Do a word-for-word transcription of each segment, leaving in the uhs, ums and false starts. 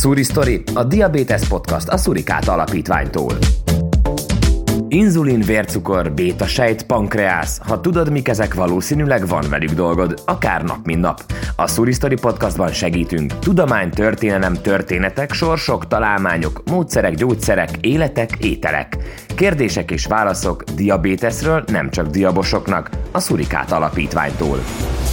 Szúri Sztori, a Diabetes Podcast a Szurikát Alapítványtól. Inzulin, vércukor, bétasejt, pankreász. Ha tudod, mik ezek, valószínűleg van velük dolgod, akár nap mint nap. A Szúri Sztori Podcastban segítünk. Tudomány, történelem, történetek, sorsok, találmányok, módszerek, gyógyszerek, életek, ételek. Kérdések és válaszok diabéteszről nem csak diabosoknak, a Szurikát Alapítványtól.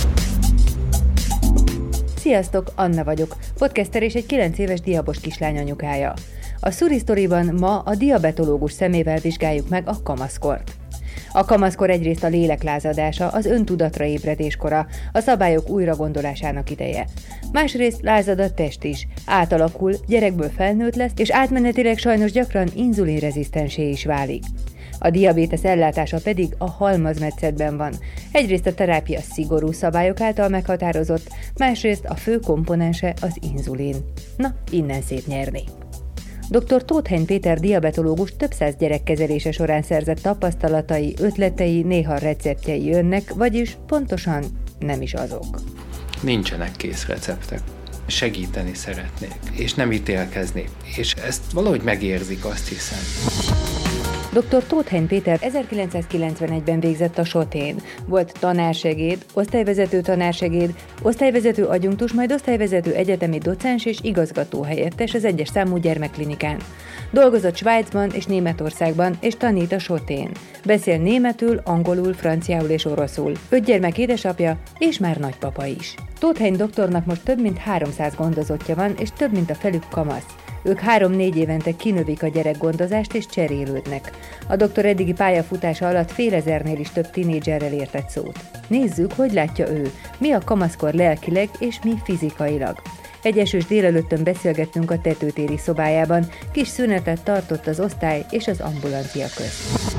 Sziasztok, Anna vagyok, podcaster és egy kilenc éves diabos kislány anyukája. A Szúri Sztoriban ma a diabetológus szemével vizsgáljuk meg a kamaszkort. A kamaszkor egyrészt a léleklázadása, az öntudatra ébredéskora, a szabályok újragondolásának ideje. Másrészt lázad a test is, átalakul, gyerekből felnőtt lesz, és átmenetileg sajnos gyakran inzulinrezisztensé is válik. A diabétesz ellátása pedig a halmazmetszetben van. Egyrészt a terápia szigorú szabályok által meghatározott, másrészt a fő komponense az inzulin. Na, innen szép nyerni. doktor Tóth Péter diabetológus több száz gyerek kezelése során szerzett tapasztalatai, ötletei, néha receptjei jönnek, vagyis pontosan nem is azok. Nincsenek kész receptek. Segíteni szeretnék, és nem ítélkezni. És ezt valahogy megérzik, azt hiszem. doktor Tóth Péter ezerkilencszázkilencvenegyben végzett a Sotén. Volt tanársegéd, osztályvezető tanársegéd, osztályvezető adjunktus, majd osztályvezető egyetemi docens és igazgató helyettes az egyes számú gyermekklinikán. Dolgozott Svájcban és Németországban, és tanít a Sotén. Beszél németül, angolul, franciául és oroszul. Öt gyermek édesapja, és már nagypapa is. Tóth doktornak most több mint háromszáz gondozottja van, és több mint a felük kamasz. Ők három-négy évente kinövik a gyerekgondozást és cserélődnek. A doktor eddigi pályafutása alatt fél ezernél is több tinédzserrel értett szót. Nézzük, hogy látja ő, mi a kamaszkor lelkileg és mi fizikailag. Egy esős délelőttön beszélgettünk a tetőtéri szobájában, kis szünetet tartott az osztály és az ambulancia közt.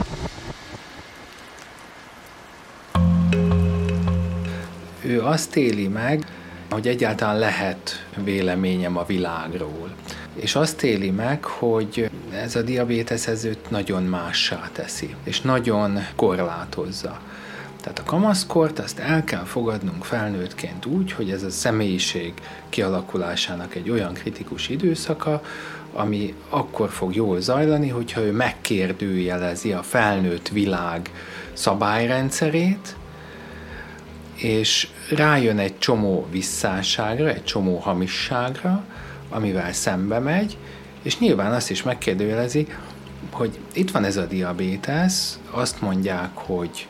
Ő azt éli meg, hogy egyáltalán lehet véleményem a világról. És azt éli meg, hogy ez a diabétesz ez őt nagyon mássá teszi, és nagyon korlátozza. Tehát a kamaszkort azt el kell fogadnunk felnőttként úgy, hogy ez a személyiség kialakulásának egy olyan kritikus időszaka, ami akkor fog jól zajlani, hogyha ő megkérdőjelezi a felnőtt világ szabályrendszerét, és rájön egy csomó visszásságra, egy csomó hamisságra, amivel szembe megy, és nyilván azt is megkérdőjelezi, hogy itt van ez a diabétesz, azt mondják, hogy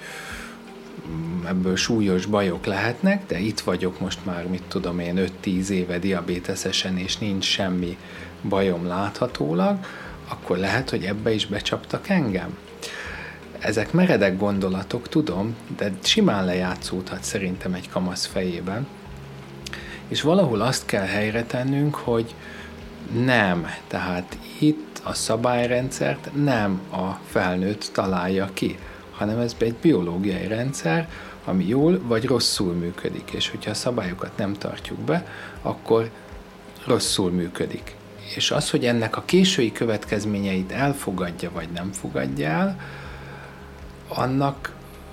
ebből súlyos bajok lehetnek, de itt vagyok most már, mit tudom én, öt-tíz éve diabéteszesen, és nincs semmi bajom láthatólag, akkor lehet, hogy ebbe is becsaptak engem. Ezek meredek gondolatok, tudom, de simán lejátszódhat szerintem egy kamasz fejében, és valahol azt kell helyre tennünk, hogy nem, tehát itt a szabályrendszert nem a felnőtt találja ki, hanem ez egy biológiai rendszer, ami jól vagy rosszul működik, és hogyha a szabályokat nem tartjuk be, akkor rosszul működik. És az, hogy ennek a késői következményeit elfogadja vagy nem fogadja el, annak,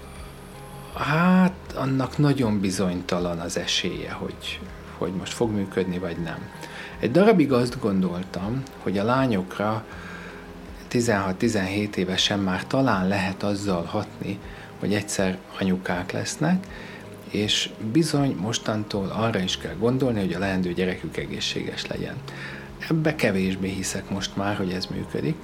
hát, annak nagyon bizonytalan az esélye, hogy, hogy most fog működni, vagy nem. Egy darabig azt gondoltam, hogy a lányokra tizenhat-tizenhét évesen már talán lehet azzal hatni, hogy egyszer anyukák lesznek, és bizony mostantól arra is kell gondolni, hogy a leendő gyerekük egészséges legyen. Ebbe kevésbé hiszek most már, hogy ez működik,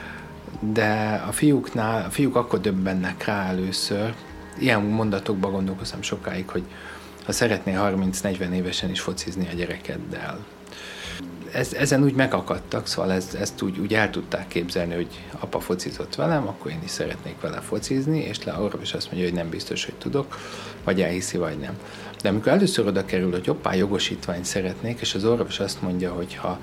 de a fiúknál, a fiúk akkor döbbennek rá először, ilyen mondatokban gondolkoztam sokáig, hogy ha szeretnél harminc-negyven évesen is focizni a gyerekeddel. Ez, ezen úgy megakadtak, szóval ez, ezt úgy, úgy el tudták képzelni, hogy apa focizott velem, akkor én is szeretnék vele focizni, és le orvos azt mondja, hogy nem biztos, hogy tudok, vagy elhiszi, vagy nem. De amikor először oda kerül, hogy hoppá, jogosítványt szeretnék, és az orvos azt mondja, hogy ha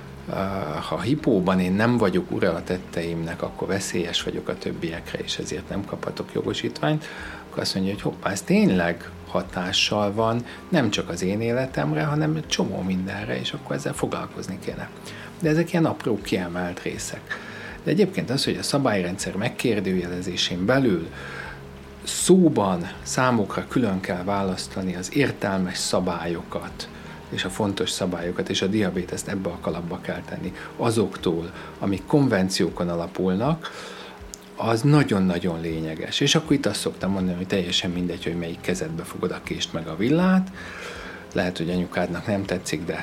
ha hipóban én nem vagyok ura a tetteimnek, akkor veszélyes vagyok a többiekre, és ezért nem kaphatok jogosítványt, akkor azt mondja, hogy hoppá, ez tényleg hatással van, nem csak az én életemre, hanem egy csomó mindenre, és akkor ezzel foglalkozni kéne. De ezek ilyen apró kiemelt részek. De egyébként az, hogy a szabályrendszer megkérdőjelezésén belül szóban számokra külön kell választani az értelmes szabályokat és a fontos szabályokat és a diabéteszt ebbe a kalapba kell tenni. Azoktól, amik konvenciókon alapulnak, az nagyon-nagyon lényeges. És akkor itt azt szoktam mondani, hogy teljesen mindegy, hogy melyik kezedbe fogod a kést meg a villát. Lehet, hogy anyukádnak nem tetszik, de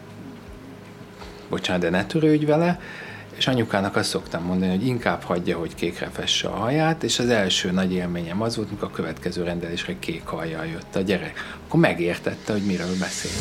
bocsánat, de ne törődj vele. És anyukának azt szoktam mondani, hogy inkább hagyja, hogy kékre fesse a haját, és az első nagy élményem az volt, amikor a következő rendelésre kék hajjal jött a gyerek. Akkor megértette, hogy miről beszél.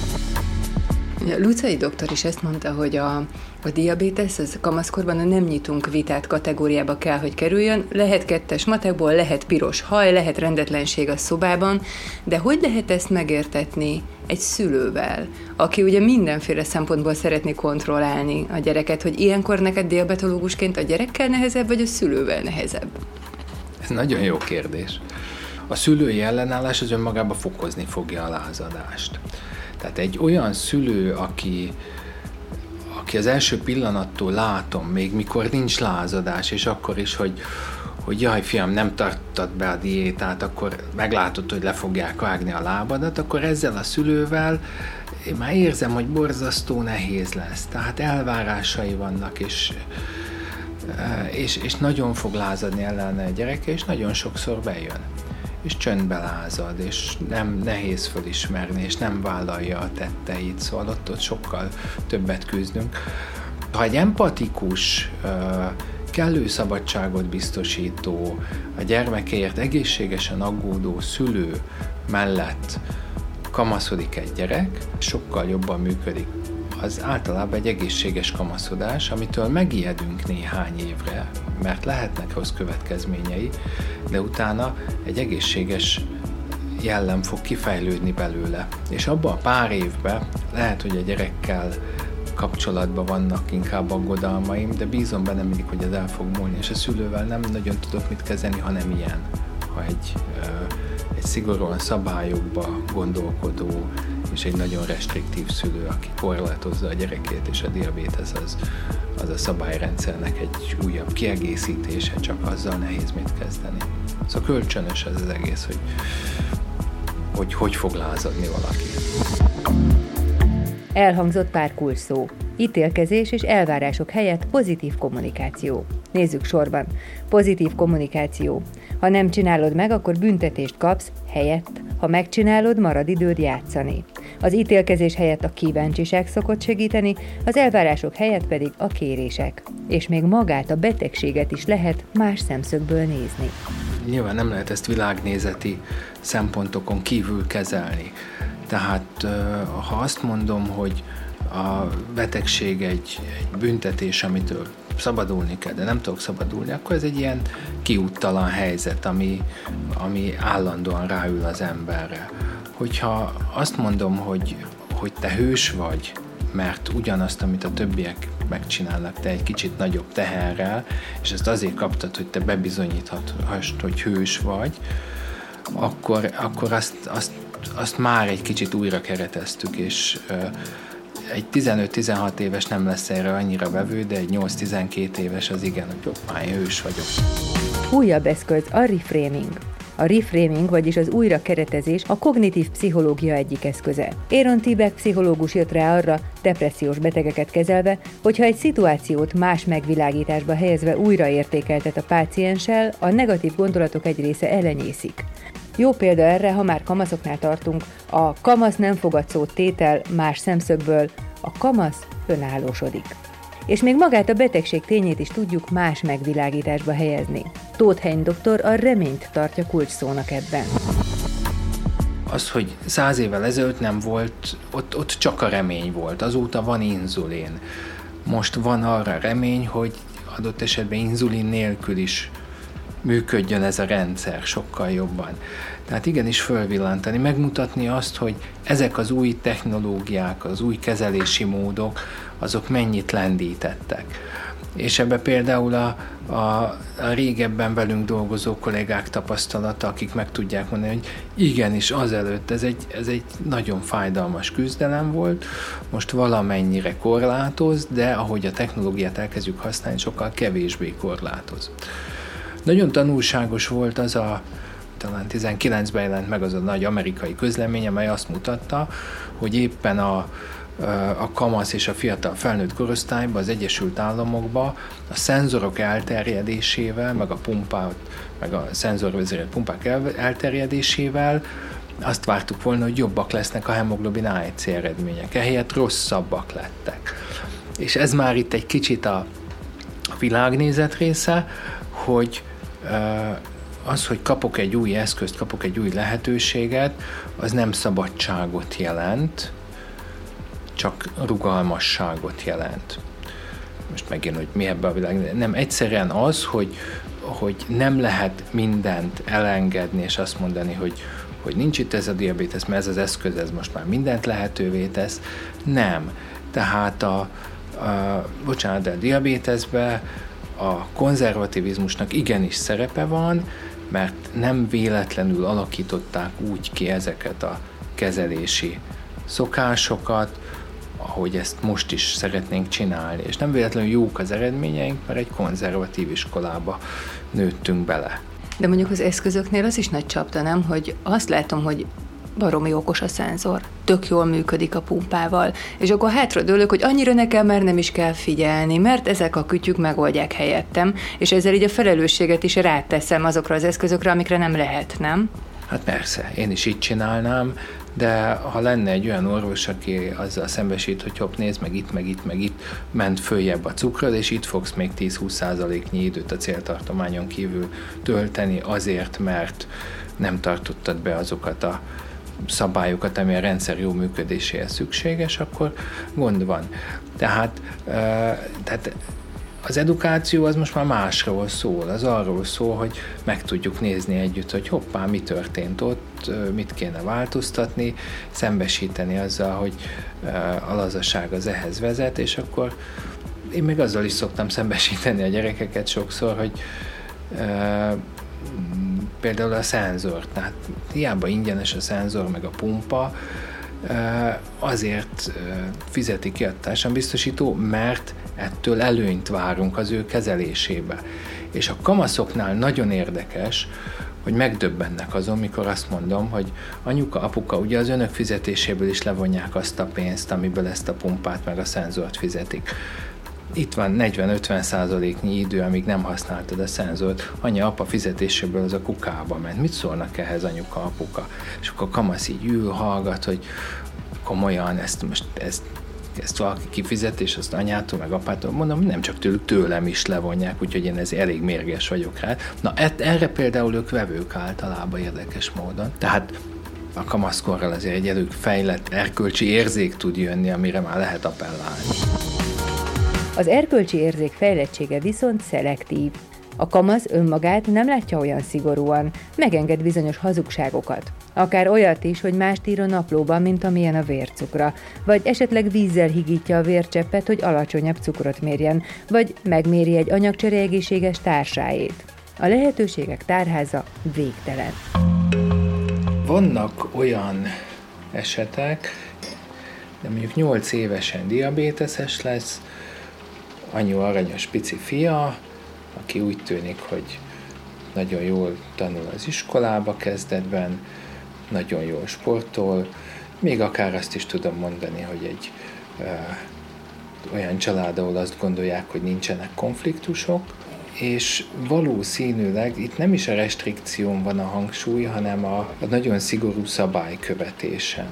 Lucai doktor is ezt mondta, hogy a, a diabétesz, az kamaszkorban a nem nyitunk vitát kategóriába kell, hogy kerüljön. Lehet kettes matekból, lehet piros haj, lehet rendetlenség a szobában, de hogy lehet ezt megértetni egy szülővel, aki ugye mindenféle szempontból szeretné kontrollálni a gyereket, hogy ilyenkor neked diabetológusként a gyerekkel nehezebb, vagy a szülővel nehezebb? Ez nagyon jó kérdés. A szülői ellenállás az önmagában fokozni fogja a lázadást. Tehát egy olyan szülő, aki, aki az első pillanattól látom, még mikor nincs lázadás, és akkor is, hogy, hogy jaj, fiam, nem tartad be a diétát, akkor meglátod, hogy le fogják vágni a lábadat, akkor ezzel a szülővel én már érzem, hogy borzasztó nehéz lesz. Tehát elvárásai vannak, és, és, és nagyon fog lázadni ellene a gyereke, és nagyon sokszor bejön. És csöndbe lázad, és nem nehéz fölismerni, és nem vállalja a tetteit, szóval ott, ott sokkal többet küzdünk. Ha egy empatikus, kellő szabadságot biztosító, a gyermekeért egészségesen aggódó szülő mellett kamaszodik egy gyerek, sokkal jobban működik. Az általában egy egészséges kamaszodás, amitől megijedünk néhány évre, mert lehetnek rossz következményei, de utána egy egészséges jellem fog kifejlődni belőle. És abban a pár évben lehet, hogy a gyerekkel kapcsolatban vannak inkább aggodalmaim, de bízom benne mindig, hogy ez el fog múlni, és a szülővel nem nagyon tudok mit kezdeni, ha nem ilyen. Ha egy, egy szigorúan szabályokba gondolkodó, és egy nagyon restriktív szülő, aki korlátozza a gyerekét, és a diabétesz az, az a szabályrendszernek egy újabb kiegészítése, csak azzal nehéz mit kezdeni. Szóval kölcsönös ez az egész, hogy hogy, hogy fog lázadni valaki. Elhangzott pár kulcs szó. Ítélkezés és elvárások helyett pozitív kommunikáció. Nézzük sorban. Pozitív kommunikáció. Ha nem csinálod meg, akkor büntetést kapsz, helyett, ha megcsinálod, marad időd játszani. Az ítélkezés helyett a kíváncsiság szokott segíteni, az elvárások helyett pedig a kérések. És még magát, a betegséget is lehet más szemszögből nézni. Nyilván nem lehet ezt világnézeti szempontokon kívül kezelni. Tehát ha azt mondom, hogy a betegség egy, egy büntetés, amitől szabadulni kell, de nem tudok szabadulni, akkor ez egy ilyen kiúttalan helyzet, ami, ami állandóan ráül az emberre. Hogyha azt mondom, hogy, hogy te hős vagy, mert ugyanazt, amit a többiek megcsinálnak, te egy kicsit nagyobb teherrel, és ezt azért kaptad, hogy te bebizonyíthassd, hogy hős vagy, akkor, akkor azt, azt, azt már egy kicsit újra kereteztük, és egy tizenöt-tizenhat éves nem lesz erre annyira vevő, de egy nyolc-tizenkét éves az igen, hogy már én hős vagyok. Újabb eszköz a reframing. A reframing, vagyis az újrakeretezés a kognitív pszichológia egyik eszköze. Aaron T. pszichológus jött rá arra, depressziós betegeket kezelve, hogyha egy szituációt más megvilágításba helyezve újraértékeltet a pácienssel, a negatív gondolatok egy része elenyészik. Jó példa erre, ha már kamaszoknál tartunk, a kamasz nem fogadszó tétel más szemszögből, a kamasz önállósodik. És még magát a betegség tényét is tudjuk más megvilágításba helyezni. Tóth Hein doktor a reményt tartja kulcsszónak ebben. Az, hogy száz évvel ezelőtt nem volt, ott, ott csak a remény volt, azóta van inzulin. Most van arra remény, hogy adott esetben inzulin nélkül is működjön ez a rendszer sokkal jobban. Tehát igenis fölvillantani, megmutatni azt, hogy ezek az új technológiák, az új kezelési módok, azok mennyit lendítettek. És ebbe például a, a, a régebben velünk dolgozó kollégák tapasztalata, akik meg tudják mondani, hogy igenis azelőtt ez egy, ez egy nagyon fájdalmas küzdelem volt, most valamennyire korlátoz, de ahogy a technológiát elkezdjük használni, sokkal kevésbé korlátoz. Nagyon tanulságos volt az a talán tizenkilencben jelent meg az a nagy amerikai közlemény, amely azt mutatta, hogy éppen a a kamasz és a fiatal felnőtt korosztályban, az Egyesült Államokban a szenzorok elterjedésével, meg a pumpák, meg a szenzorvezérelt pumpák elterjedésével azt vártuk volna, hogy jobbak lesznek a hemoglobin á egy cé eredmények, ehelyett rosszabbak lettek. És ez már itt egy kicsit a világnézet része, hogy az, hogy kapok egy új eszközt, kapok egy új lehetőséget, az nem szabadságot jelent, csak rugalmasságot jelent. Most megint, hogy mi ebben a világ. Nem, egyszerűen az, hogy, hogy nem lehet mindent elengedni, és azt mondani, hogy, hogy nincs itt ez a diabétesz, mert ez az eszköz, ez most már mindent lehetővé tesz. Nem. Tehát a, a bocsánat, de a diabéteszben a konzervativizmusnak igenis szerepe van, mert nem véletlenül alakították úgy ki ezeket a kezelési szokásokat, ahogy ezt most is szeretnénk csinálni. És nem véletlenül jók az eredményeink, mert egy konzervatív iskolába nőttünk bele. De mondjuk az eszközöknél az is nagy csapda, nem? Hogy azt látom, hogy baromi okos a szenzor, tök jól működik a pumpával, és akkor hátradőlök, hogy annyira nekem már nem is kell figyelni, mert ezek a kütyük megoldják helyettem, és ezzel így a felelősséget is ráteszem azokra az eszközökre, amikre nem lehet, nem? Hát persze, én is így csinálnám, de ha lenne egy olyan orvos, aki azzal szembesít, hogy hopp, nézd, meg itt, meg itt, meg itt, ment följebb a cukrod, és itt fogsz még tíz-húsz százaléknyi időt a céltartományon kívül tölteni azért, mert nem tartottad be azokat a szabályokat, ami a rendszer jó működéséhez szükséges, akkor gond van. Tehát, tehát az edukáció az most már másról szól, az arról szól, hogy meg tudjuk nézni együtt, hogy hoppá, mi történt ott, mit kéne változtatni, szembesíteni azzal, hogy a lazaság az ehhez vezet, és akkor én még azzal is szoktam szembesíteni a gyerekeket sokszor, hogy e, például a szenzor, tehát hiába ingyenes a szenzor meg a pumpa, azért fizeti ki a társadalombiztosító, mert ettől előnyt várunk az ő kezelésébe. És a kamaszoknál nagyon érdekes, hogy megdöbbennek azon, mikor azt mondom, hogy anyuka, apuka, ugye az önök fizetéséből is levonják azt a pénzt, amiből ezt a pumpát meg a szenzort fizetik. Itt van negyven-ötven százaléknyi idő, amíg nem használtad a szenzort, anya, apa fizetéséből az a kukába ment. Mit szólnak ehhez anyuka, apuka? És akkor a kamasz így ül, hallgat, hogy komolyan ezt most ezt, ezt valaki kifizet, és azt anyától meg apától, mondom, nem csak tőlük, tőlem is levonják, úgyhogy én ez elég mérges vagyok rá. Na, erre például ők vevők általában érdekes módon. Tehát a kamaszkorral azért egy elég fejlett erkölcsi érzék tud jönni, amire már lehet appellálni. Az erkölcsi érzék fejlettsége viszont szelektív. A kamasz önmagát nem látja olyan szigorúan, megenged bizonyos hazugságokat. Akár olyat is, hogy mást ír a naplóban, mint amilyen a vércukra, vagy esetleg vízzel higítja a vércseppet, hogy alacsonyabb cukrot mérjen, vagy megméri egy anyagcsere egészséges társáét. A lehetőségek tárháza végtelen. Vannak olyan esetek, de mondjuk nyolc évesen diabéteses lesz, anyu aranyos pici fia, aki úgy tűnik, hogy nagyon jól tanul az iskolába kezdetben, nagyon jól sportol, még akár azt is tudom mondani, hogy egy ö, olyan család, ahol azt gondolják, hogy nincsenek konfliktusok, és valószínűleg itt nem is a restrikción van a hangsúly, hanem a, a nagyon szigorú szabálykövetésen.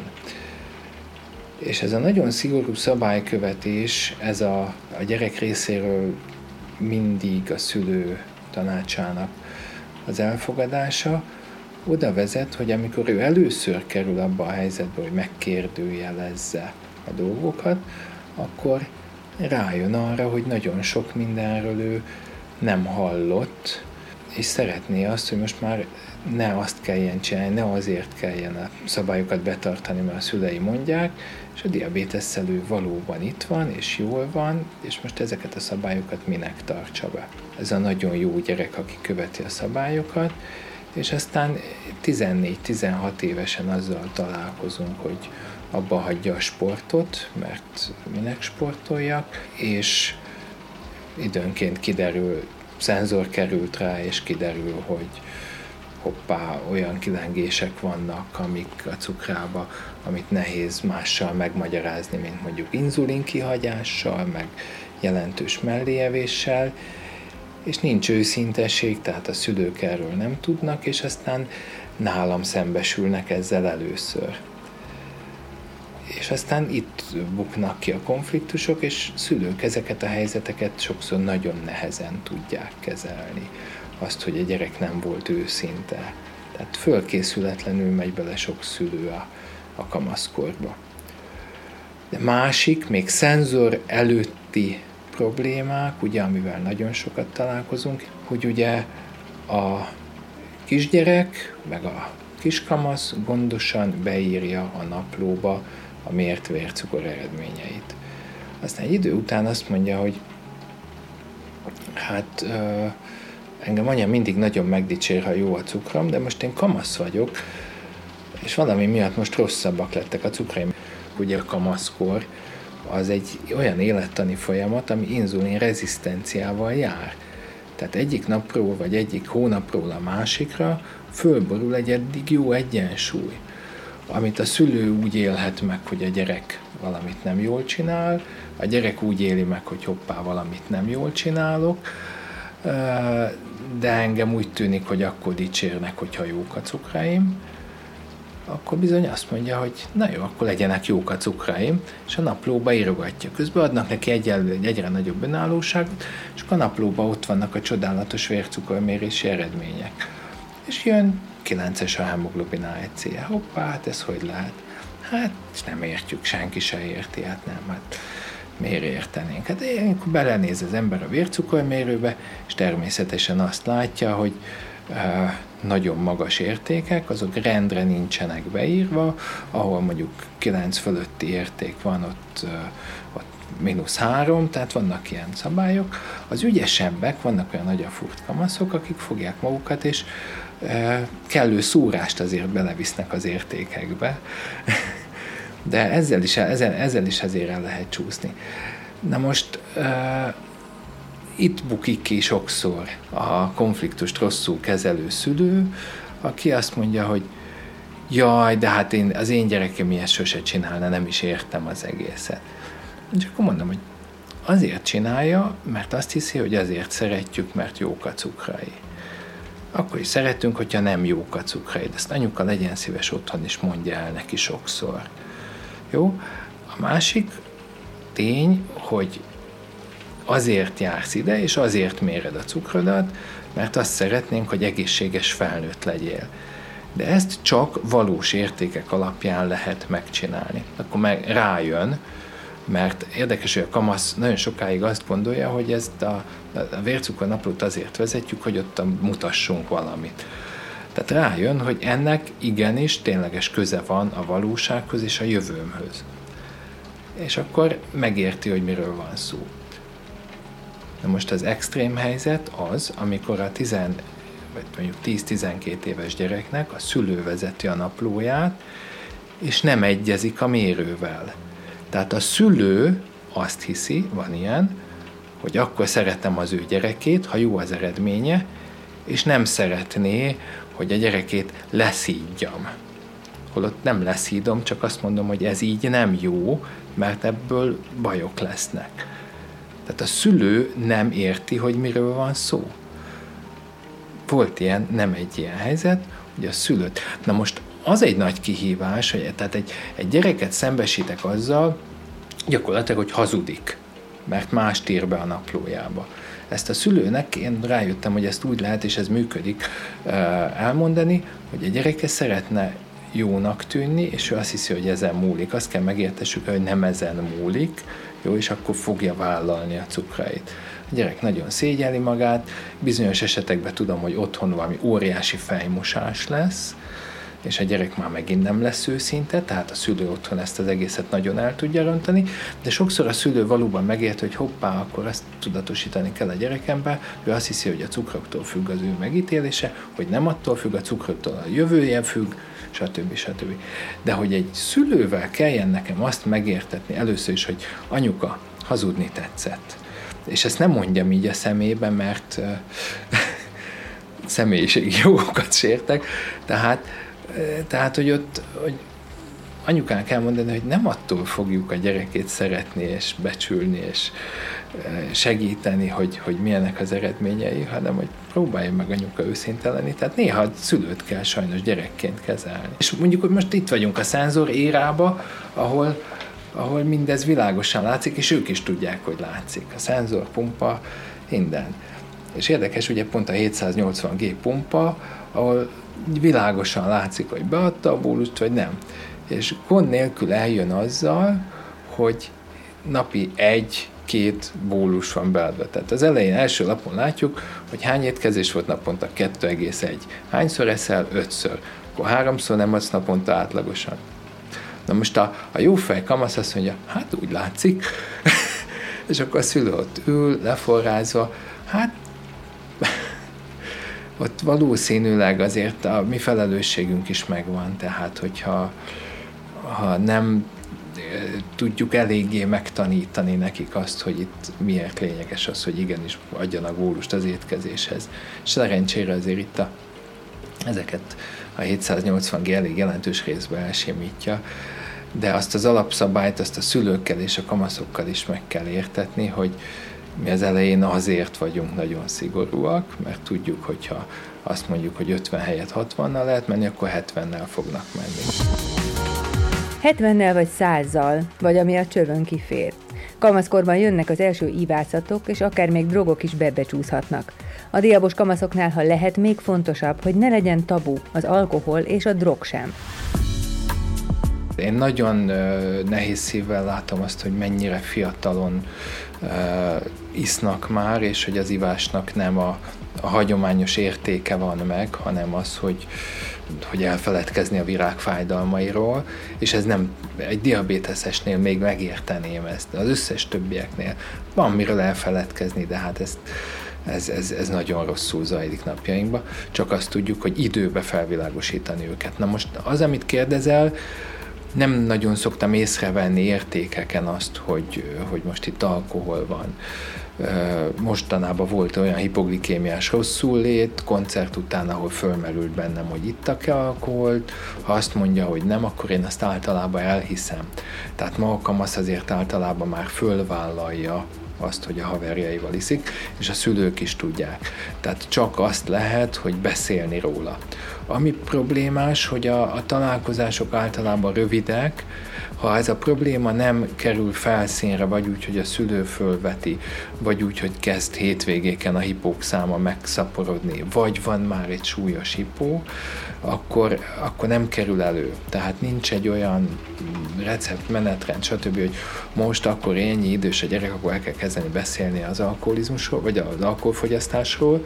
És ez a nagyon szigorú szabálykövetés, ez a, a gyerek részéről mindig a szülő tanácsának az elfogadása, oda vezet, hogy amikor ő először kerül abba a helyzetbe, hogy megkérdőjelezze a dolgokat, akkor rájön arra, hogy nagyon sok mindenről ő nem hallott, és szeretné azt, hogy most már ne azt kelljen csinálni, ne azért kelljen a szabályokat betartani, mert a szülei mondják, és a diabétesszel ő valóban itt van, és jól van, és most ezeket a szabályokat minek tartsa be. Ez a nagyon jó gyerek, aki követi a szabályokat, és aztán tizennégy-tizenhat évesen azzal találkozunk, hogy abba hagyja a sportot, mert minek sportoljak, és időnként kiderül, szenzor került rá, és kiderül, hogy hoppá, olyan kilengések vannak, amik a cukrába, amit nehéz mással megmagyarázni, mint mondjuk inzulin kihagyással, meg jelentős melléjevéssel, és nincs őszintesség, tehát a szülők erről nem tudnak, és aztán nálam szembesülnek ezzel először. És aztán itt buknak ki a konfliktusok, és szülők ezeket a helyzeteket sokszor nagyon nehezen tudják kezelni. Azt, hogy a gyerek nem volt őszinte. Tehát fölkészületlenül megy bele sok szülő a, a kamaszkorba. De másik, még szenzor előtti problémák, ugye, amivel nagyon sokat találkozunk, hogy ugye a kisgyerek, meg a kiskamasz gondosan beírja a naplóba a mért vércukor eredményeit. Aztán egy idő után azt mondja, hogy hát ö, engem anya mindig nagyon megdicsér, ha jó a cukrom, de most én kamasz vagyok, és valami miatt most rosszabbak lettek a cukraim. Ugye a kamaszkor az egy olyan élettani folyamat, ami inzulin rezisztenciával jár. Tehát egyik napról, vagy egyik hónapról a másikra fölborul egy eddig jó egyensúly, amit a szülő úgy élhet meg, hogy a gyerek valamit nem jól csinál, a gyerek úgy éli meg, hogy hoppá, valamit nem jól csinálok, de engem úgy tűnik, hogy akkor dicsérnek, hogyha jók a cukraim, akkor bizony azt mondja, hogy na jó, akkor legyenek jók a cukraim, és a naplóba írogatja. Közben adnak neki egy, egyre nagyobb önállóságot, és a naplóba ott vannak a csodálatos vércukormérési eredmények. És jön kilences a hemoglobin á egy cé. Hoppá, hát ez hogy lehet? Hát nem értjük, senki se érti, hát nem, hát miért értenénk? Hát ilyenkor belenéz az ember a vércukormérőbe, és természetesen azt látja, hogy uh, nagyon magas értékek, azok rendre nincsenek beírva, ahol mondjuk kilenc fölötti érték van, ott, uh, ott mínusz három, tehát vannak ilyen szabályok. Az ügyesebbek, vannak olyan nagy a furt kamaszok, akik fogják magukat, és uh, kellő szúrást azért belevisznek az értékekbe. De ezzel is, ezzel, ezzel is azért el lehet csúszni. Na most uh, itt bukik ki sokszor a konfliktust rosszul kezelő szülő, aki azt mondja, hogy jaj, de hát én, az én gyerekem ilyet sose csinálna, nem is értem az egészet. És akkor mondom, hogy azért csinálja, mert azt hiszi, hogy azért szeretjük, mert jók a cukrai. Akkor is szeretünk, hogyha nem jók a cukrai. De ezt anyuka legyen szíves otthon is mondja el neki sokszor. Jó? A másik tény, hogy azért jársz ide, és azért méred a cukrodat, mert azt szeretnénk, hogy egészséges felnőtt legyél. De ezt csak valós értékek alapján lehet megcsinálni. Akkor meg rájön, mert érdekes, hogy a kamasz nagyon sokáig azt gondolja, hogy ezt a, a vércukornaplót azért vezetjük, hogy ott mutassunk valamit. Tehát rájön, hogy ennek igenis tényleges köze van a valósághoz és a jövőmhöz. És akkor megérti, hogy miről van szó. Na most az extrém helyzet az, amikor a tíz, vagy mondjuk tíz-tizenkét éves gyereknek a szülő vezeti a naplóját, és nem egyezik a mérővel. Tehát a szülő azt hiszi, van ilyen, hogy akkor szeretem az ő gyerekét, ha jó az eredménye, és nem szeretné, hogy a gyerekét leszídjam. Holott nem leszídom, csak azt mondom, hogy ez így nem jó, mert ebből bajok lesznek. Tehát a szülő nem érti, hogy miről van szó. Volt ilyen, nem egy ilyen helyzet, hogy a szülőt... Na most az egy nagy kihívás, hogy tehát egy, egy gyereket szembesítek azzal, gyakorlatilag, hogy hazudik, mert mást ír be a naplójába. Ezt a szülőnek, én rájöttem, hogy ezt úgy lehet, és ez működik, elmondani, hogy a gyereke szeretne jónak tűnni, és ő azt hiszi, hogy ezen múlik. Azt kell megértessük, hogy nem ezen múlik, jó, és akkor fogja vállalni a cukrait. A gyerek nagyon szégyeli magát, bizonyos esetekben tudom, hogy otthon valami óriási fejmosás lesz, és a gyerek már megint nem lesz őszinte, tehát a szülő otthon ezt az egészet nagyon el tudja rontani, de sokszor a szülő valóban megért, hogy hoppá, akkor ezt tudatosítani kell a gyerekembe, ő azt hiszi, hogy a cukroktól függ az ő megítélése, hogy nem attól függ, a cukroktól a jövője függ, stb. stb. De hogy egy szülővel kelljen nekem azt megértetni először is, hogy anyuka, hazudni tetszett. És ezt nem mondjam így a szemébe, mert személyiségi jogokat sértek, tehát, tehát hogy ott hogy anyukán kell mondani, hogy nem attól fogjuk a gyerekét szeretni, és becsülni, és segíteni, hogy, hogy milyenek az eredményei, hanem hogy próbálja meg anyuka őszinte lenni. Tehát néha a szülőt kell sajnos gyerekként kezelni. És mondjuk, hogy most itt vagyunk a szenzor érába, ahol, ahol mindez világosan látszik, és ők is tudják, hogy látszik. A szenzor, pumpa, minden. És érdekes, ugye pont a hétszáznyolcvan gé pumpa, ahol világosan látszik, hogy beadta a bólust, vagy nem. És gond nélkül eljön azzal, hogy napi egy-két bólus van beadva. Tehát az elején első lapon látjuk, hogy hány étkezés volt naponta, kettő egész egy. Hányszor eszel? ötször. Akkor háromszor nem adsz naponta átlagosan. Na most a, a jófej kamasz azt mondja, hát úgy látszik, és akkor a szülő ott ül, leforrázva, hát ott valószínűleg azért a mi felelősségünk is megvan, tehát hogyha ha nem tudjuk eléggé megtanítani nekik azt, hogy itt miért lényeges az, hogy igenis adjanak bólust az étkezéshez. És szerencsére azért itt a, ezeket a hétszáznyolcvan gé elég jelentős részben elsimítja, de azt az alapszabályt, azt a szülőkkel és a kamaszokkal is meg kell értetni, hogy mi az elején azért vagyunk nagyon szigorúak, mert tudjuk, hogyha azt mondjuk, hogy ötven helyett hatvannal lehet menni, akkor hetvennel fognak menni. hetvennel vagy százzal, vagy ami a csövön kifér. Kamaszkorban jönnek az első ivászatok, és akár még drogok is bebecsúszhatnak. A diabos kamaszoknál, ha lehet, még fontosabb, hogy ne legyen tabu az alkohol és a drog sem. Én nagyon nehéz szívvel látom azt, hogy mennyire fiatalon uh, isznak már, és hogy az ivásnak nem a, a hagyományos értéke van meg, hanem az, hogy, hogy elfeledkezni a virág fájdalmairól, és ez nem, egy diabéteszesnél még megérteném ezt, de az összes többieknél van miről elfeledkezni, de hát ezt Ez, ez, ez nagyon rosszul zajlik napjainkban, csak azt tudjuk, hogy időbe felvilágosítani őket. Na most az, amit kérdezel, nem nagyon szoktam észrevenni értékeken azt, hogy, hogy most itt alkohol van. Mostanában volt olyan hipoglikémiás rosszul-lét, koncert után, ahol fölmerült bennem, hogy ittak-e alkoholt. Ha azt mondja, hogy nem, akkor én azt általában elhiszem. Tehát ma a kamasz azért általában már fölvállalja azt, hogy a haverjaival iszik, és a szülők is tudják. Tehát csak azt lehet, hogy beszélni róla. Ami problémás, hogy a, a találkozások általában rövidek, ha ez a probléma nem kerül felszínre, vagy úgy, hogy a szülő fölveti, vagy úgy, hogy kezd hétvégéken a hipók száma megszaporodni, vagy van már egy súlyos hipó, akkor, akkor nem kerül elő. Tehát nincs egy olyan recept, menetrend, stb., hogy most akkor ennyi idős a gyerek, akkor el kell kezdeni beszélni az alkoholizmusról, vagy az alkoholfogyasztásról,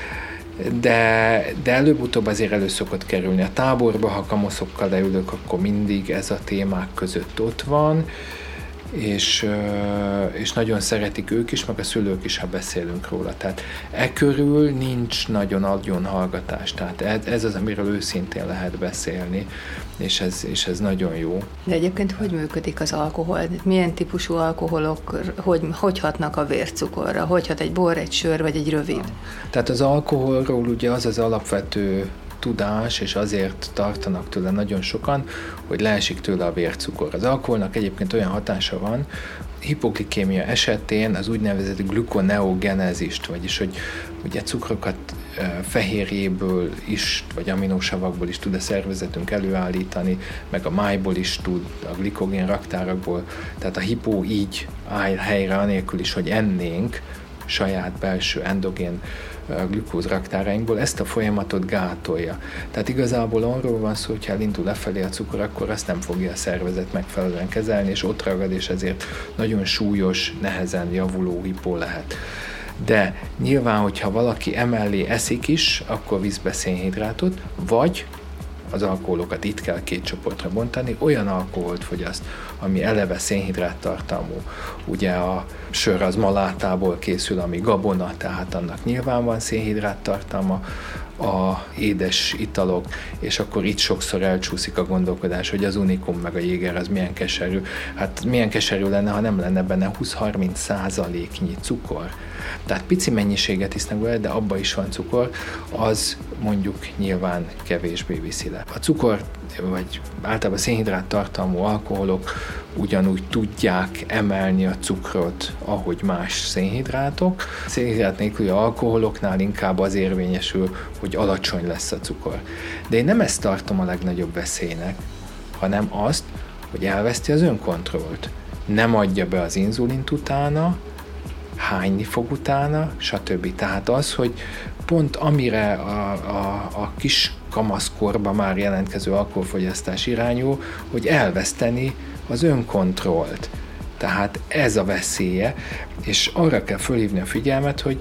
de, de előbb-utóbb azért elő szokott kerülni. A táborba, ha kamoszokkal leülök, akkor mindig ez a témák között ott van, és, és nagyon szeretik ők is, meg a szülők is, ha beszélünk róla. Tehát e körül nincs nagyon adjon hallgatás. Tehát ez az, amiről őszintén lehet beszélni, és ez, és ez nagyon jó. De egyébként hogy működik az alkohol? Milyen típusú alkoholok, hogy, hogy hatnak a vércukorra? Hogy hat egy bor, egy sör, vagy egy rövid? Tehát az alkoholról ugye az az alapvető tudás, és azért tartanak tőle nagyon sokan, hogy leesik tőle a vércukor. Az alkoholnak egyébként olyan hatása van, hipoglikémia esetén az úgynevezett glukoneogenezist, vagyis hogy ugye cukrokat fehérjéből is, vagy aminósavakból is tud a szervezetünk előállítani, meg a májból is tud, a glikogén raktárakból, tehát a hipó így áll helyre anélkül is, hogy ennénk saját belső endogén glükóz raktárainkból, ezt a folyamatot gátolja. Tehát igazából arról van szó, hogyha elindul lefelé a cukor, akkor azt nem fogja a szervezet megfelelően kezelni, és ott ragad, és ezért nagyon súlyos, nehezen javuló hipó lehet. De nyilván, hogyha valaki emellé eszik is, akkor visz be szénhidrátot, vagy az alkoholokat itt kell két csoportra bontani, olyan alkoholt fogyaszt, ami eleve szénhidrát tartalmú. Ugye a sör az malátából készül, ami gabona, tehát annak nyilván van szénhidrát tartalma, a édes italok, és akkor itt sokszor elcsúszik a gondolkodás, hogy az Unicum meg a Jäger az milyen keserű. Hát milyen keserű lenne, ha nem lenne benne húsz-harminc százaléknyi cukor. Tehát pici mennyiséget isznek vele, de abban is van cukor, az mondjuk nyilván kevésbé viszi le. A cukor, vagy általában szénhidrát tartalmú alkoholok ugyanúgy tudják emelni a cukrot, ahogy más szénhidrátok. Szénhidrát nélküli alkoholoknál inkább az érvényesül, hogy alacsony lesz a cukor. De én nem ezt tartom a legnagyobb veszélynek, hanem azt, hogy elveszti az önkontrollt. Nem adja be az inzulint utána, hányni fog utána, stb. Tehát az, hogy pont amire a, a, a kis kamaszkorban már jelentkező alkoholfogyasztás irányul, hogy elveszteni az önkontrollt. Tehát ez a veszélye, és arra kell fölhívni a figyelmet, hogy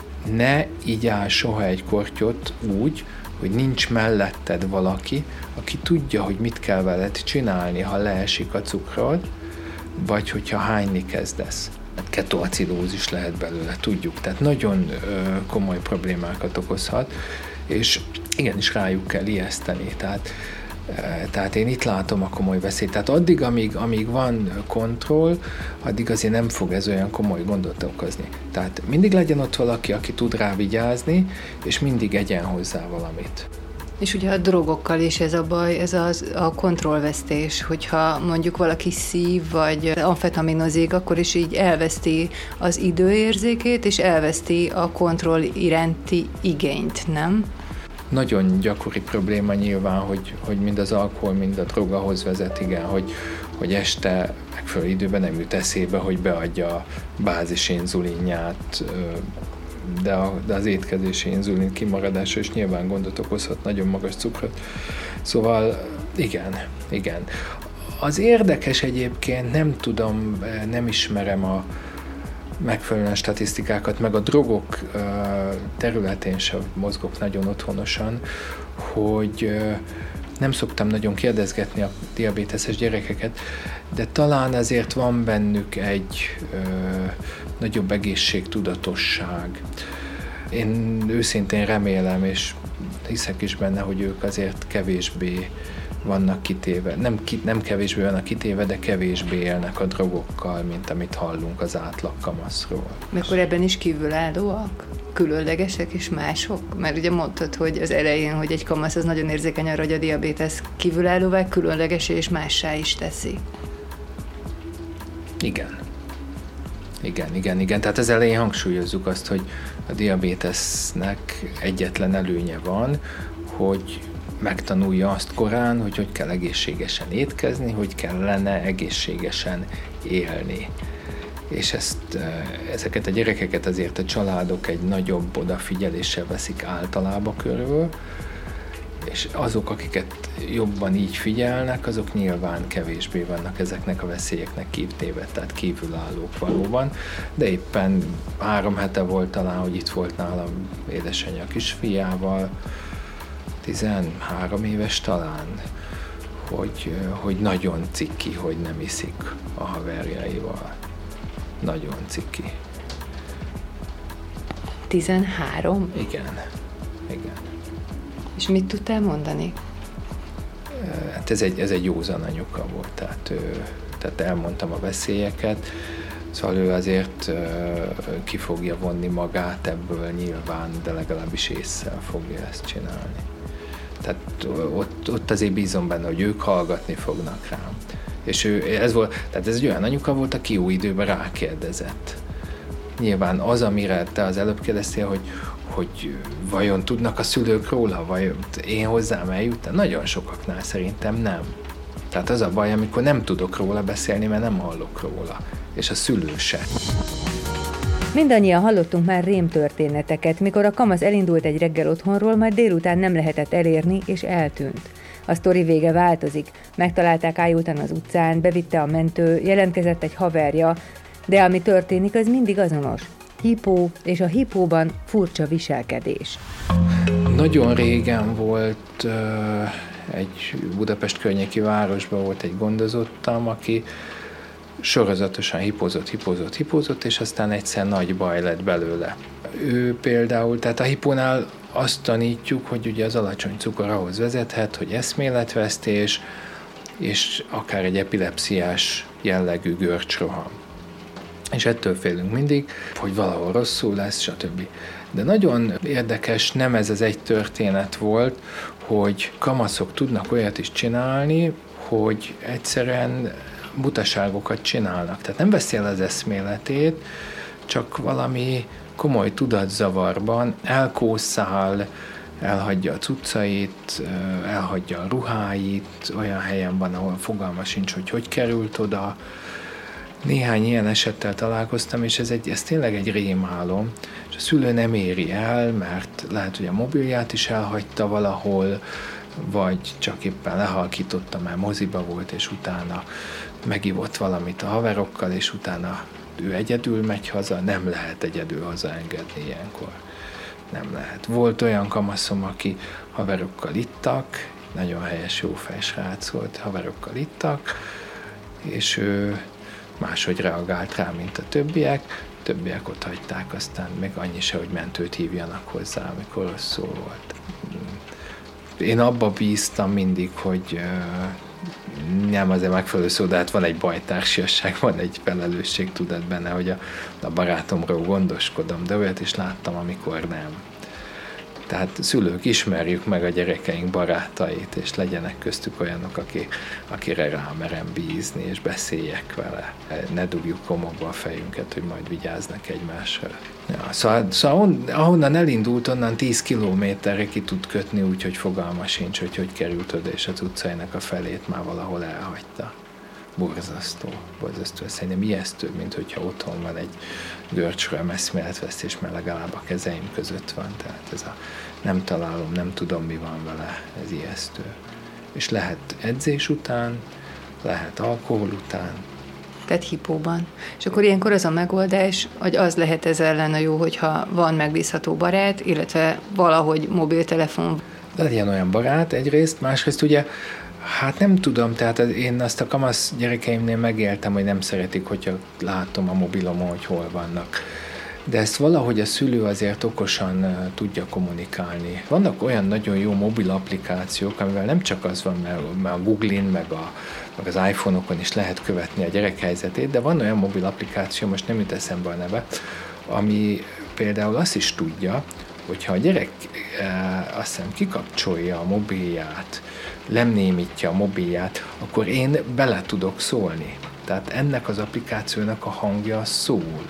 ne igyál soha egy kortyot úgy, hogy nincs melletted valaki, aki tudja, hogy mit kell veled csinálni, ha leesik a cukrod, vagy hogyha hányni kezdesz. Ketoacidózis lehet belőle, tudjuk. Tehát nagyon ö, komoly problémákat okozhat, és igenis rájuk kell ijeszteni. Tehát, e, tehát én itt látom a komoly veszélyt. Tehát addig, amíg, amíg van kontroll, addig azért nem fog ez olyan komoly gondot okozni. Tehát mindig legyen ott valaki, aki tud rá vigyázni, és mindig egyen hozzá valamit. És ugye a drogokkal is ez a baj, ez az, a kontrollvesztés, hogyha mondjuk valaki szív, vagy amfetaminozik, akkor is így elveszti az időérzékét, és elveszti a kontroll iránti igényt, nem? Nagyon gyakori probléma nyilván, hogy, hogy mind az alkohol, mind a drog ahhoz vezet, igen, hogy, hogy este megfelelő időben nem jut eszébe, hogy beadja a bázis inzulinját, de, a, de az étkezési inzulin kimaradása is nyilván gondot okozhat, nagyon magas cukrot. Szóval igen, igen. Az érdekes egyébként, nem tudom, nem ismerem a megfelelően statisztikákat, meg a drogok területén sem mozgok nagyon otthonosan, hogy nem szoktam nagyon kérdezgetni a diabéteses gyerekeket, de talán azért van bennük egy ö, nagyobb egészségtudatosság. Én őszintén remélem, és hiszek is benne, hogy ők azért kevésbé vannak kitéve. Nem, ki, nem kevésbé vannak kitéve, de kevésbé élnek a drogokkal, mint amit hallunk az átlag kamaszról. Akkor ebben is kívülállóak? Különlegesek és mások? Mert ugye mondtad, hogy az elején, hogy egy kamasz az nagyon érzékeny arra, hogy a diabétesz kívülállóvá, különleges és mássá is teszi. Igen. Igen, igen, igen. Tehát az elején hangsúlyozzuk azt, hogy a diabétesznek egyetlen előnye van, hogy megtanulja azt korán, hogy hogy kell egészségesen étkezni, hogy kellene egészségesen élni. És ezt, ezeket a gyerekeket azért a családok egy nagyobb odafigyeléssel veszik általában körül, és azok, akiket jobban így figyelnek, azok nyilván kevésbé vannak ezeknek a veszélyeknek kitéve, tehát kívülállók valóban, de éppen három hete volt talán, hogy itt volt nálam édesanyja kisfiával, tizenhárom éves talán, hogy, hogy nagyon ciki, hogy nem iszik a haverjaival. Nagyon ciki. tizenhárom? Igen, igen. És mit tudtál mondani? Hát ez egy, ez egy józan anyuka volt, tehát, tehát elmondtam a veszélyeket, szóval ő azért ki fogja vonni magát ebből nyilván, de legalábbis ésszel fogja ezt csinálni. Tehát ott, ott azért bízom benne, hogy ők hallgatni fognak rám. És ő, ez volt, tehát ez egy olyan anyuka volt, aki jó időben rákérdezett. Nyilván az, amire te az előbb kérdeztél, hogy, hogy vajon tudnak a szülők róla, vagy én hozzám eljuttam? Nagyon sokaknál szerintem nem. Tehát az a baj, amikor nem tudok róla beszélni, mert nem hallok róla. És a szülő se. Mindannyian hallottunk már rémtörténeteket, mikor a kamasz elindult egy reggel otthonról, majd délután nem lehetett elérni, és eltűnt. A sztori vége változik. Megtalálták ájultan az utcán, bevitte a mentő, jelentkezett egy haverja, de ami történik, az mindig azonos. Hipó, és a hipóban furcsa viselkedés. Nagyon régen volt uh, egy Budapest környéki városban volt egy gondozottam, aki sorozatosan hipózott, hipózott, hipózott, és aztán egyszer nagy baj lett belőle. Ő például, tehát a hipónál azt tanítjuk, hogy ugye az alacsony cukor ahhoz vezethet, hogy eszméletvesztés, és akár egy epilepsziás jellegű görcsroham. És ettől félünk mindig, hogy valahol rosszul lesz, stb. De nagyon érdekes, nem ez az egy történet volt, hogy kamaszok tudnak olyat is csinálni, hogy egyszerűen butaságokat csinálnak. Tehát nem veszi el az eszméletét, csak valami komoly tudatzavarban elkószál, elhagyja a cuccait, elhagyja a ruháit, olyan helyen van, ahol fogalma sincs, hogy hogy került oda. Néhány ilyen esettel találkoztam, és ez, egy, ez tényleg egy rémálom, és a szülő nem éri el, mert lehet, hogy a mobilját is elhagyta valahol, vagy csak éppen lehalkította, mert moziba volt, és utána megivott valamit a haverokkal, és utána ő egyedül megy haza, nem lehet egyedül hazaengedni ilyenkor. Nem lehet. Volt olyan kamaszom, aki haverokkal ittak, nagyon helyes, jó fejsrác volt, haverokkal ittak, és ő máshogy reagált rá, mint a többiek. A többiek ott hagyták, aztán még annyi se, hogy mentőt hívjanak hozzá, amikor rossz szó volt. Én abba bíztam mindig, hogy nem azért megfelelő szó, de hát van egy bajtársiasság, van egy felelősségtudat benne, hogy a, a barátomról gondoskodom, de olyat is láttam, amikor nem. Tehát szülők, ismerjük meg a gyerekeink barátait, és legyenek köztük olyanok, aki, akire rámerem bízni, és beszéljek vele. Ne dugjuk komokba a fejünket, hogy majd vigyáznak egymásra. Ja, szóval, szóval ahonnan elindult, onnan tíz kilométerre ki tud kötni, úgyhogy fogalma sincs, hogy hogy került oda, és az utcainak a felét már valahol elhagyta. Borzasztó, borzasztó. Szerintem ijesztő, mint hogyha otthon van egy görcsről eszméletvesztés, mert legalább a kezeim között van. Tehát ez a nem találom, nem tudom, mi van vele, ez ijesztő. És lehet edzés után, lehet alkohol után. Tehát hipóban. És akkor ilyenkor az a megoldás, hogy az lehet ez ellen a jó, hogyha van megbízható barát, illetve valahogy mobiltelefon. Legyen olyan barát egyrészt, másrészt ugye hát nem tudom, tehát én azt a kamasz gyerekeimnél megéltem, hogy nem szeretik, hogyha látom a mobilomon, hogy hol vannak. De ezt valahogy a szülő azért okosan tudja kommunikálni. Vannak olyan nagyon jó mobil applikációk, amivel nem csak az van, mert a Google-in, meg, a, meg az iPhone-okon is lehet követni a gyerek helyzetét, de van olyan mobil applikáció, most nem jut eszembe a neve, ami például azt is tudja, hogyha a gyerek e, azt hiszem kikapcsolja a mobilját, lemnémítja a mobilját, akkor én bele tudok szólni. Tehát ennek az applikációnak a hangja szól.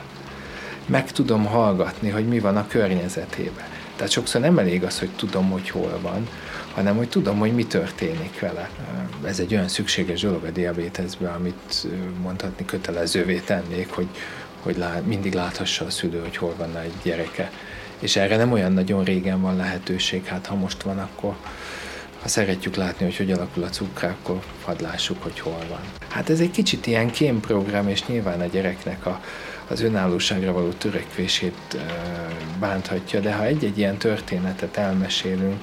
Meg tudom hallgatni, hogy mi van a környezetében. Tehát sokszor nem elég az, hogy tudom, hogy hol van, hanem hogy tudom, hogy mi történik vele. Ez egy olyan szükséges dolog a diabéteszben, amit mondhatni kötelezővé tennék, hogy, hogy lá, mindig láthassa a szülő, hogy hol van egy gyereke. És erre nem olyan nagyon régen van lehetőség, hát ha most van, akkor ha szeretjük látni, hogy hogy alakul a cukra, akkor hadd lássuk, hogy hol van. Hát ez egy kicsit ilyen kémprogram, és nyilván a gyereknek a, az önállóságra való törekvését e, bánthatja, de ha egy-egy ilyen történetet elmesélünk,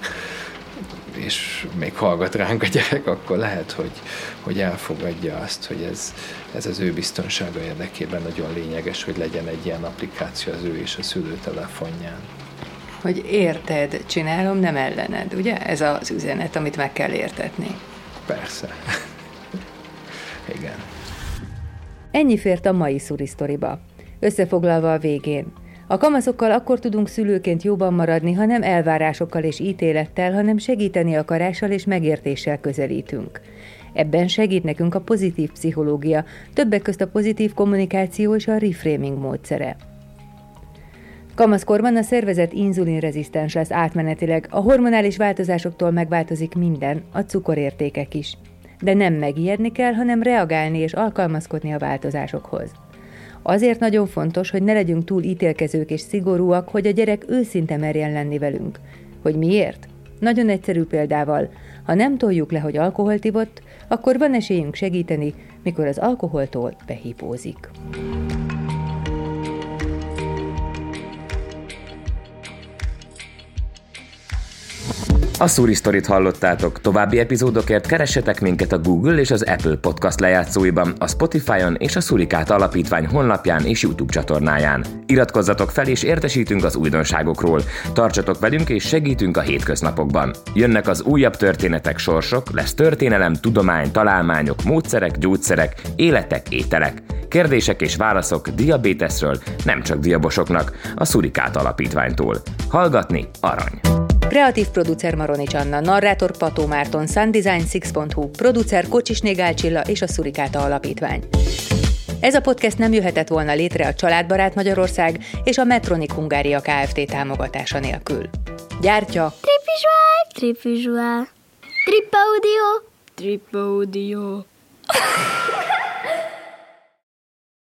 és még hallgat ránk a gyerek, akkor lehet, hogy, hogy elfogadja azt, hogy ez, ez az ő biztonsága érdekében nagyon lényeges, hogy legyen egy ilyen applikáció az ő és a szülő telefonján. Hogy érted, csinálom, nem ellened, ugye? Ez az üzenet, amit meg kell értetni. Persze. Igen. Ennyi fért a mai Szurisztoriba. Összefoglalva a végén. A kamaszokkal akkor tudunk szülőként jóban maradni, ha nem elvárásokkal és ítélettel, hanem segíteni akarással és megértéssel közelítünk. Ebben segít nekünk a pozitív pszichológia, többek közt a pozitív kommunikáció és a reframing módszere. Kamaszkorban a szervezet inzulinrezisztens lesz átmenetileg, a hormonális változásoktól megváltozik minden, a cukorértékek is. De nem megijedni kell, hanem reagálni és alkalmazkodni a változásokhoz. Azért nagyon fontos, hogy ne legyünk túl ítélkezők és szigorúak, hogy a gyerek őszinte merjen lenni velünk. Hogy miért? Nagyon egyszerű példával, ha nem toljuk le, hogy alkoholt ivott, akkor van esélyünk segíteni, mikor az alkoholtól behipózik. A Szuri Sztorit hallottátok, további epizódokért keressetek minket a Google és az Apple Podcast lejátszóiban, a Spotify-on és a Szurikáta Alapítvány honlapján és YouTube csatornáján. Iratkozzatok fel és értesítünk az újdonságokról. Tartsatok velünk és segítünk a hétköznapokban. Jönnek az újabb történetek, sorsok, lesz történelem, tudomány, találmányok, módszerek, gyógyszerek, életek, ételek. Kérdések és válaszok diabéteszről, nem csak diabosoknak, a Szurikáta Alapítványtól. Hallgatni arany! Kreatív producer Maronics Anna, narrátor Pató Márton, Sounddesign Six pont hu, producer Kocsisné Gál Csilla és a Szurikáta Alapítvány. Ez a podcast nem jöhetett volna létre a Családbarát Magyarország és a Metronik Hungária Kft. Támogatása nélkül. Gyártja Tripvisual, Tripvisual, Trip Audio, Trip Audio.